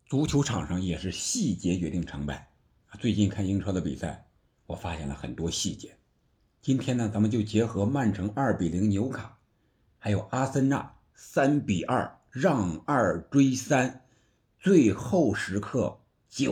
足球场上也是细节决定成败。最近看英超的比赛，我发现了很多细节。今天呢，咱们就结合曼城2-0纽卡，还有阿森纳3-2让2追3，最后时刻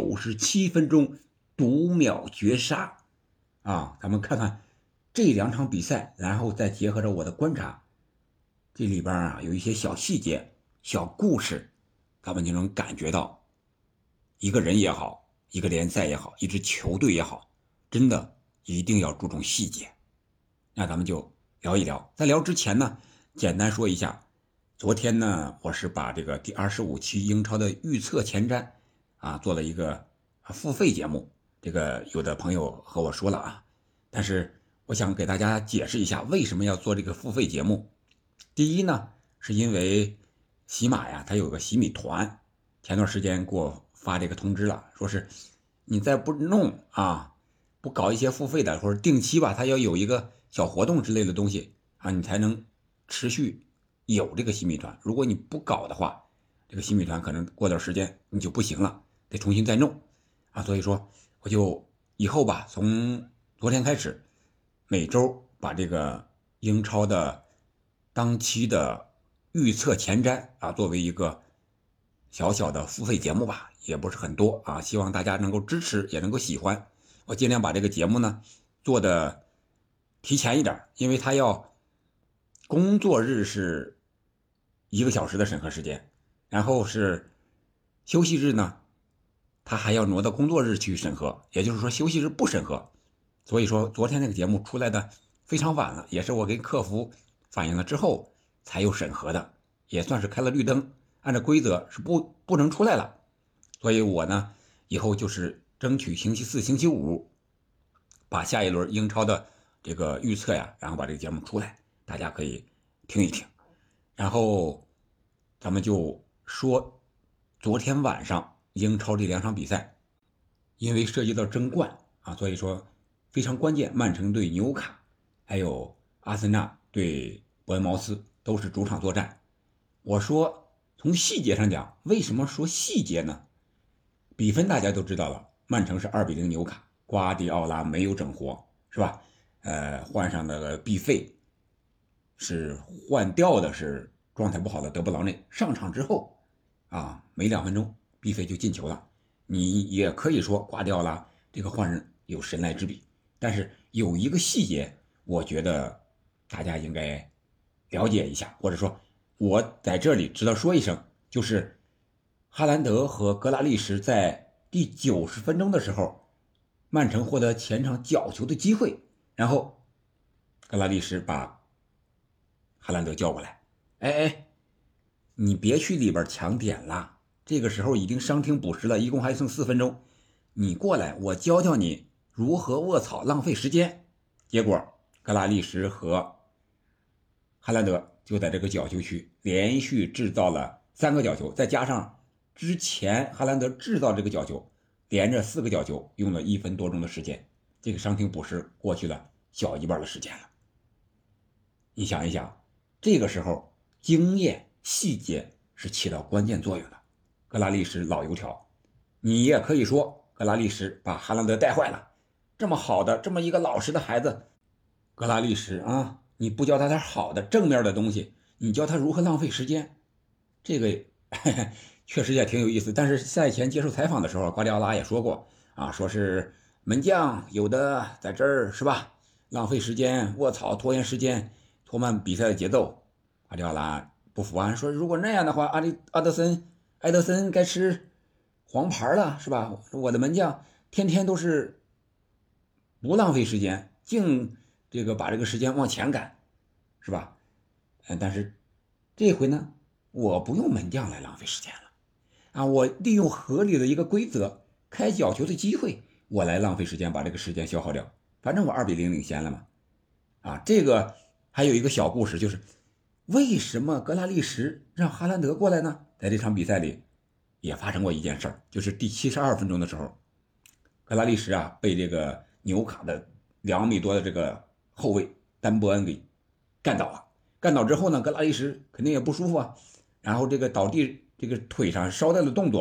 97分钟读秒绝杀咱们看看这两场比赛，然后再结合着我的观察，这里边有一些小细节、小故事，咱们就能感觉到一个人也好，一个联赛也好，一支球队也好，真的一定要注重细节。那咱们就聊一聊。在聊之前呢，简单说一下，昨天呢，我是把这个第25期英超的预测前瞻做了一个付费节目。这个有的朋友和我说了但是我想给大家解释一下为什么要做这个付费节目。第一呢，是因为喜马呀，它有个喜米团，前段时间给我发这个通知了，说是你再不弄不搞一些付费的或者定期吧，它要有一个小活动之类的东西你才能持续有这个喜米团。如果你不搞的话，这个喜米团可能过段时间你就不行了，得重新再弄所以说我就以后吧，从昨天开始，每周把这个英超的当期的预测前瞻作为一个小小的付费节目吧，也不是很多希望大家能够支持，也能够喜欢。我尽量把这个节目呢做的提前一点，因为它要工作日是1个小时的审核时间，然后是休息日呢，它还要挪到工作日去审核，也就是说休息日不审核。所以说昨天那个节目出来的非常晚了，也是我跟客服反映了之后才有审核的，也算是开了绿灯，按照规则是不能出来了。所以我呢以后就是争取星期四、星期五把下一轮英超的这个预测然后把这个节目出来，大家可以听一听。然后咱们就说昨天晚上英超这两场比赛，因为涉及到争冠所以说非常关键，曼城对纽卡还有阿森纳对伯恩茅斯都是主场作战。我说从细节上讲，为什么说细节呢？比分大家都知道了，曼城是2-0纽卡，瓜迪奥拉没有整活，是吧？换上的毕费是换掉的，是状态不好的德布劳内，上场之后没2分钟毕费就进球了。你也可以说瓜迪奥拉这个换人有神来之笔，但是有一个细节我觉得大家应该了解一下，或者说我在这里值得说一声，就是哈兰德和格拉利什在第90分钟的时候，曼城获得前场角球的机会，然后格拉利什把哈兰德叫过来，你别去里边抢点了，这个时候已经伤停补时了，一共还剩4分钟，你过来我教教你如何卧草浪费时间。结果格拉利什和哈兰德就在这个角球区连续制造了3个角球，再加上之前哈兰德制造这个角球，连着4个角球，用了1分多钟的时间，这个伤停补时过去了小一半的时间了。你想一想，这个时候经验细节是起到关键作用的。格拉利什老油条，你也可以说格拉利什把哈兰德带坏了，这么好的这么一个老实的孩子，格拉利什你不教他点好的正面的东西，你教他如何浪费时间，这个确实也挺有意思。但是赛前接受采访的时候，瓜迪奥拉也说过说是门将有的在这儿是吧，浪费时间卧草拖延时间，拖慢比赛的节奏。瓜迪奥拉不服说如果那样的话，埃德森该吃黄牌了是吧？我的门将天天都是不浪费时间，净这个把这个时间往前赶是吧？但是这回呢，我不用门将来浪费时间了我利用合理的一个规则，开角球的机会，我来浪费时间，把这个时间消耗掉，反正我2-0领先了嘛这个还有一个小故事，就是为什么格拉利什让哈兰德过来呢？在这场比赛里也发生过一件事儿，就是第72分钟的时候，格拉利什被这个纽卡的2米多的这个后卫丹伯恩给干倒了。干倒之后呢，格拉利什肯定也不舒服然后这个倒地这个腿上捎带的动作，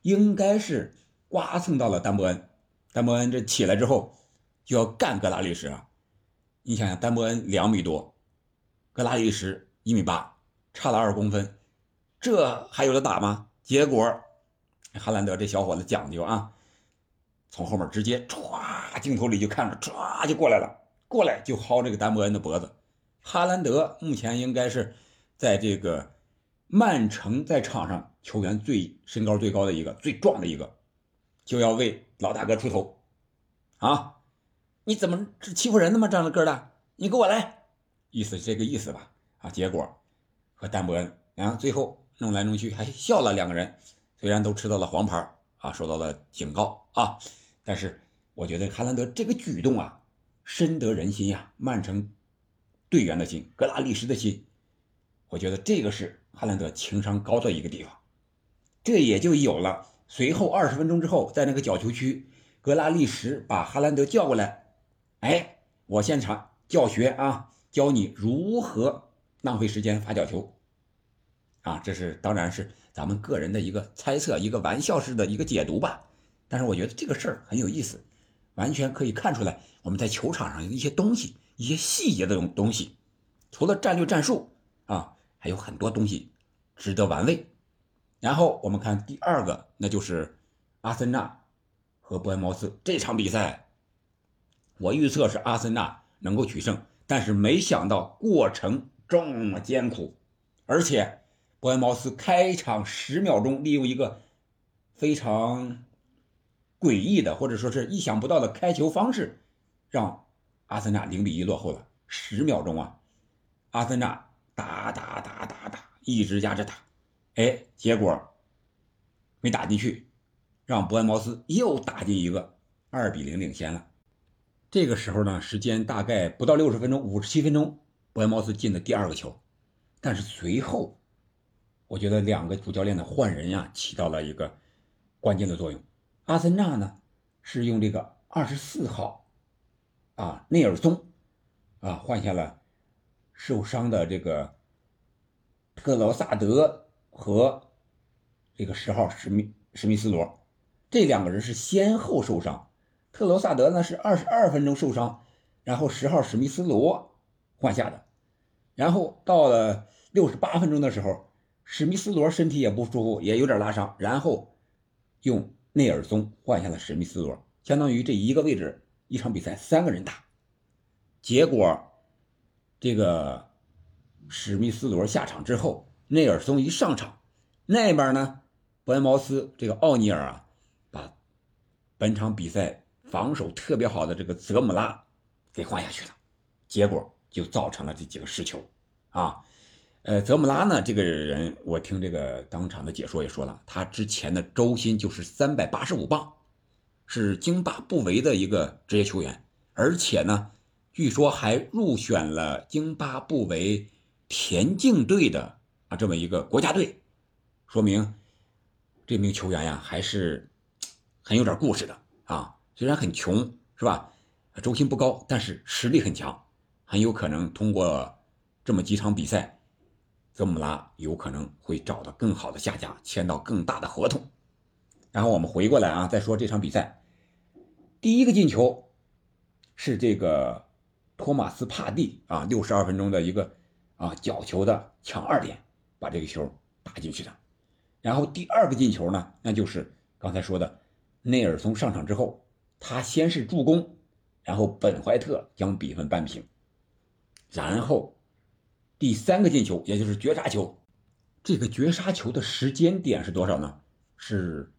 应该是刮蹭到了丹伯恩。丹伯恩这起来之后就要干格拉利什啊！你想想，丹伯恩2米多，格拉利什1米8，差了2公分，这还有的打吗？结果哈兰德这小伙子讲究啊，从后面直接歘，镜头里就看着歘就过来了，过来就薅这个丹伯恩的脖子。哈兰德目前应该是在这个曼城在场上球员身高最高的一个，最壮的一个，就要为老大哥出头啊！你怎么是欺负人的吗？这样的个的，你给我来，意思是这个意思吧？啊，结果和丹伯恩最后弄来弄去还笑了2个人，虽然都吃到了黄牌啊，受到了警告啊，但是我觉得哈兰德这个举动啊，深得人心呀，曼城队员的心，格拉利什的心，我觉得这个是哈兰德情商高的一个地方，这也就有了随后20分钟之后，在那个角球区，格拉利什把哈兰德叫过来，我现场教学啊，教你如何浪费时间罚角球啊，这是当然是咱们个人的一个猜测，一个玩笑式的一个解读吧。但是我觉得这个事儿很有意思，完全可以看出来我们在球场上的一些东西，一些细节的东西，除了战略战术啊，还有很多东西值得玩味。然后我们看第2个，那就是阿森纳和伯恩茅斯这场比赛。我预测是阿森纳能够取胜，但是没想到过程这么艰苦，而且伯恩茅斯开场10秒钟利用一个非常诡异的或者说是意想不到的开球方式，让阿森纳0-1落后了。10秒钟啊，阿森纳打，一直压着打，结果没打进去，让伯恩茅斯又打进一个，2-0领先了。这个时候呢，时间大概不到60分钟，57分钟，伯恩茅斯进的第2个球。但是随后，我觉得2个主教练的换人呀，起到了一个关键的作用。阿森纳呢是用这个24号内尔松换下了受伤的这个特劳萨德和这个10号史密斯罗，这2个人是先后受伤。特罗萨德呢是22分钟受伤，然后10号史密斯罗换下的，然后到了68分钟的时候，史密斯罗身体也不舒服，也有点拉伤，然后用内尔松换下了史密斯罗，相当于这一个位置一场比赛3个人打。结果这个史密斯罗下场之后，内尔松一上场，那边呢伯恩茅斯这个奥尼尔把本场比赛防守特别好的这个泽姆拉给换下去了，结果就造成了这几个失球啊。泽姆拉呢这个人，我听这个当场的解说也说了，他之前的周薪就是385磅，是津巴布韦的一个职业球员，而且呢据说还入选了津巴布韦田径队的这么一个国家队，说明这名球员呀还是很有点故事的虽然很穷是吧，周薪不高，但是实力很强，很有可能通过这么几场比赛，泽姆拉有可能会找到更好的下家，签到更大的合同。然后我们回过来再说这场比赛，第1个进球是这个托马斯帕蒂62分钟的一个角球的抢2点，把这个球打进去的。然后第2个进球呢，那就是刚才说的内尔松上场之后，他先是助攻，然后本怀特将比分扳平，然后第3个进球也就是绝杀球，这个绝杀球的时间点是多少呢？是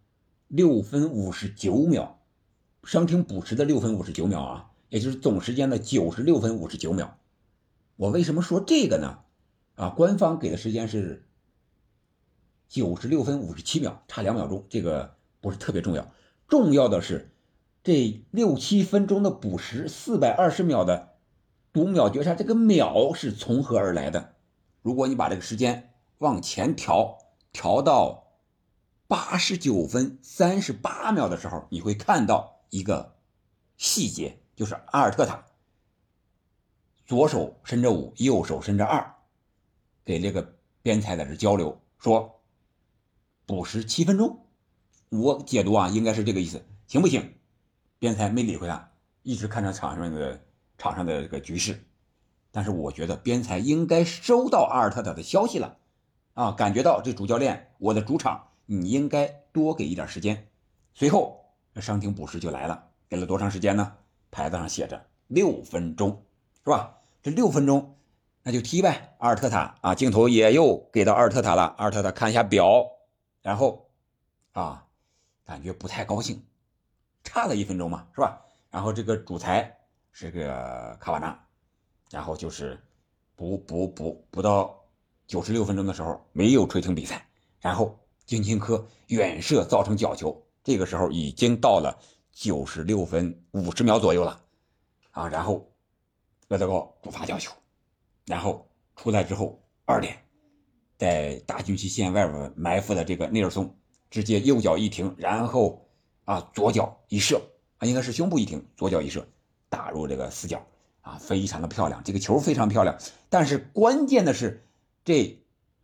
6分59秒，伤停补时的6分59秒也就是总时间的96分59秒。我为什么说这个呢？官方给的时间是96分57秒，差2秒钟，这个不是特别重要，重要的是这6-7分钟的补时420秒的读秒绝杀，这个秒是从何而来的？如果你把这个时间往前调到89分38秒的时候，你会看到一个细节，就是阿尔特塔左手伸着5，右手伸着2，给这个边裁在这交流说补时7分钟我解读啊，应该是这个意思，行不行？边裁没理会他，一直看着场上的这个局势。但是我觉得边裁应该收到阿尔特塔的消息了啊，感觉到这主教练，我的主场，你应该多给一点时间。随后伤停补时就来了，给了多长时间呢？牌子上写着6分钟，是吧？这6分钟那就踢呗。阿尔特塔啊，镜头也又给到阿尔特塔了。阿尔特塔看一下表，然后啊，感觉不太高兴，差了1分钟嘛，是吧？然后这个主裁是个卡瓦纳，然后就是补到96分钟的时候没有吹停比赛，然后金琴科远射造成角球，这个时候已经到了96分50秒左右了啊，然后厄德高主罚角球，然后出来之后2点，在大禁区线外边埋伏的这个内尔松直接右脚一停，然后左脚一射应该是胸部一停，左脚一射打入这个死角非常的漂亮，这个球非常漂亮。但是关键的是这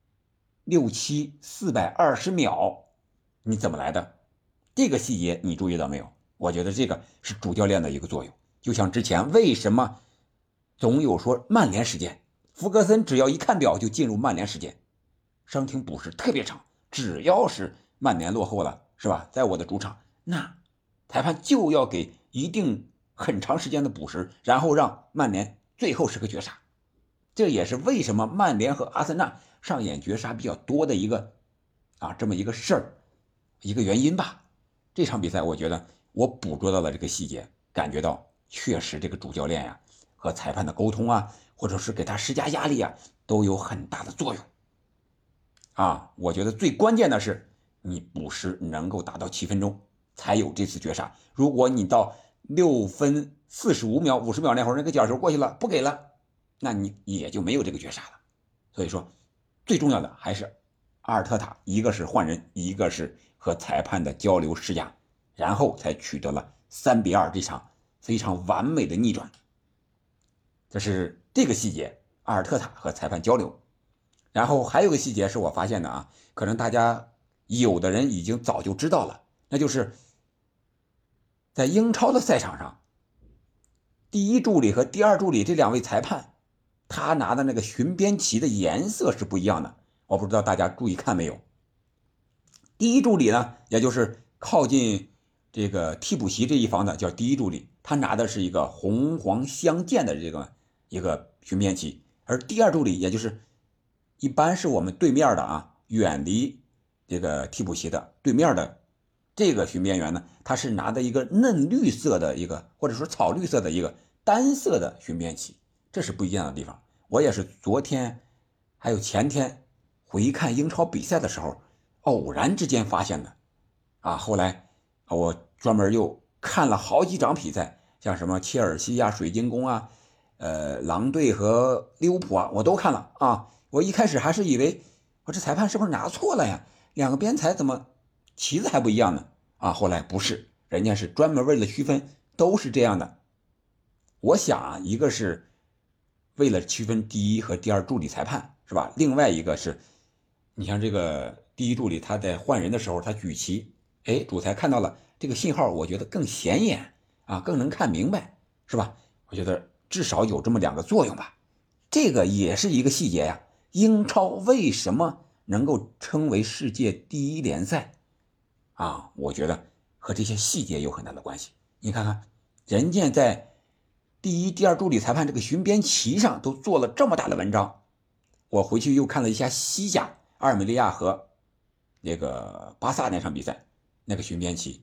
420秒你怎么来的？这个细节你注意到没有？我觉得这个是主教练的一个作用。就像之前为什么总有说曼联时间，福格森只要一看表就进入曼联时间，伤停补时特别长，只要是曼联落后了，是吧？在我的主场，那裁判就要给一定很长时间的补时，然后让曼联最后是个绝杀。这也是为什么曼联和阿森纳上演绝杀比较多的一个这么一个事儿，一个原因吧。这场比赛我觉得我捕捉到了这个细节，感觉到确实这个主教练和裁判的沟通或者是给他施加压力都有很大的作用我觉得最关键的是你补时能够达到7分钟才有这次绝杀。如果你到6分45秒50秒那会儿那个角球过去了不给了，那你也就没有这个绝杀了。所以说最重要的还是阿尔特塔，一个是换人，一个是和裁判的交流施压，然后才取得了3-2这场非常完美的逆转。这是这个细节，阿尔特塔和裁判交流。然后还有个细节是我发现的可能大家有的人已经早就知道了，那就是在英超的赛场上，第一助理和第二助理这2位裁判，他拿的那个巡边旗的颜色是不一样的，我不知道大家注意看没有。第一助理呢，也就是靠近这个替补席这一方的叫第一助理，他拿的是一个红黄相间的这个一个巡边旗，而第二助理也就是一般是我们对面的远离这个替补席的对面的这个巡边员呢，他是拿的一个嫩绿色的一个或者说草绿色的一个单色的巡边旗，这是不一样的地方。我也是昨天还有前天回看英超比赛的时候偶然之间发现的后来我专门又看了好几场比赛，像什么切尔西水晶宫狼队和利物浦我都看了我一开始还是以为我这裁判是不是拿错了呀，2个边裁怎么旗子还不一样呢后来不是，人家是专门为了区分，都是这样的。我想一个是为了区分第一和第二助理裁判，是吧？另外一个是你像这个第一助理他在换人的时候他举旗，主裁看到了这个信号，我觉得更显眼更能看明白，是吧？我觉得至少有这么2个作用吧。这个也是一个细节英超为什么能够称为世界第一联赛我觉得和这些细节有很大的关系。你看看人家在第一第二助理裁判这个巡边旗上都做了这么大的文章。我回去又看了一下西甲阿尔梅利亚和那个巴萨那场比赛，那个巡边旗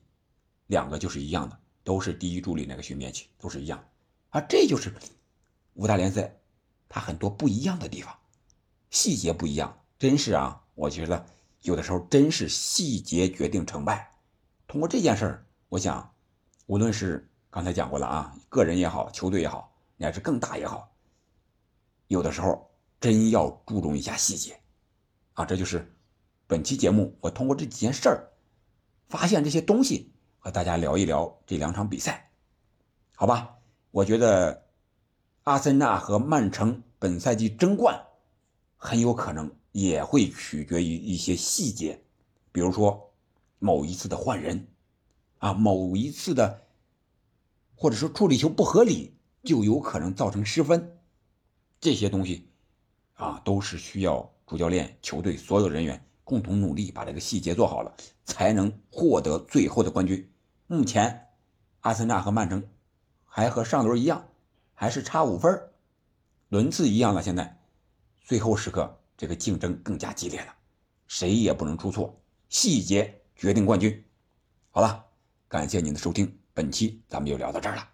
2个就是一样的，都是第一助理那个巡边旗都是一样这就是5大联赛它很多不一样的地方，细节不一样，真是我觉得有的时候真是细节决定成败。通过这件事儿，我想无论是刚才讲过了个人也好，球队也好，乃至更大也好，有的时候真要注重一下细节这就是本期节目我通过这几件事儿发现这些东西，和大家聊一聊这2场比赛，好吧？我觉得阿森纳和曼城本赛季争冠很有可能也会取决于一些细节，比如说某一次的换人某一次的或者说处理球不合理，就有可能造成失分。这些东西都是需要主教练、球队所有人员共同努力，把这个细节做好了，才能获得最后的冠军。目前阿森纳和曼城还和上轮一样，还是差5分，轮次一样了。现在最后时刻这个竞争更加激烈了，谁也不能出错，细节决定冠军。好了，感谢您的收听，本期咱们就聊到这儿了。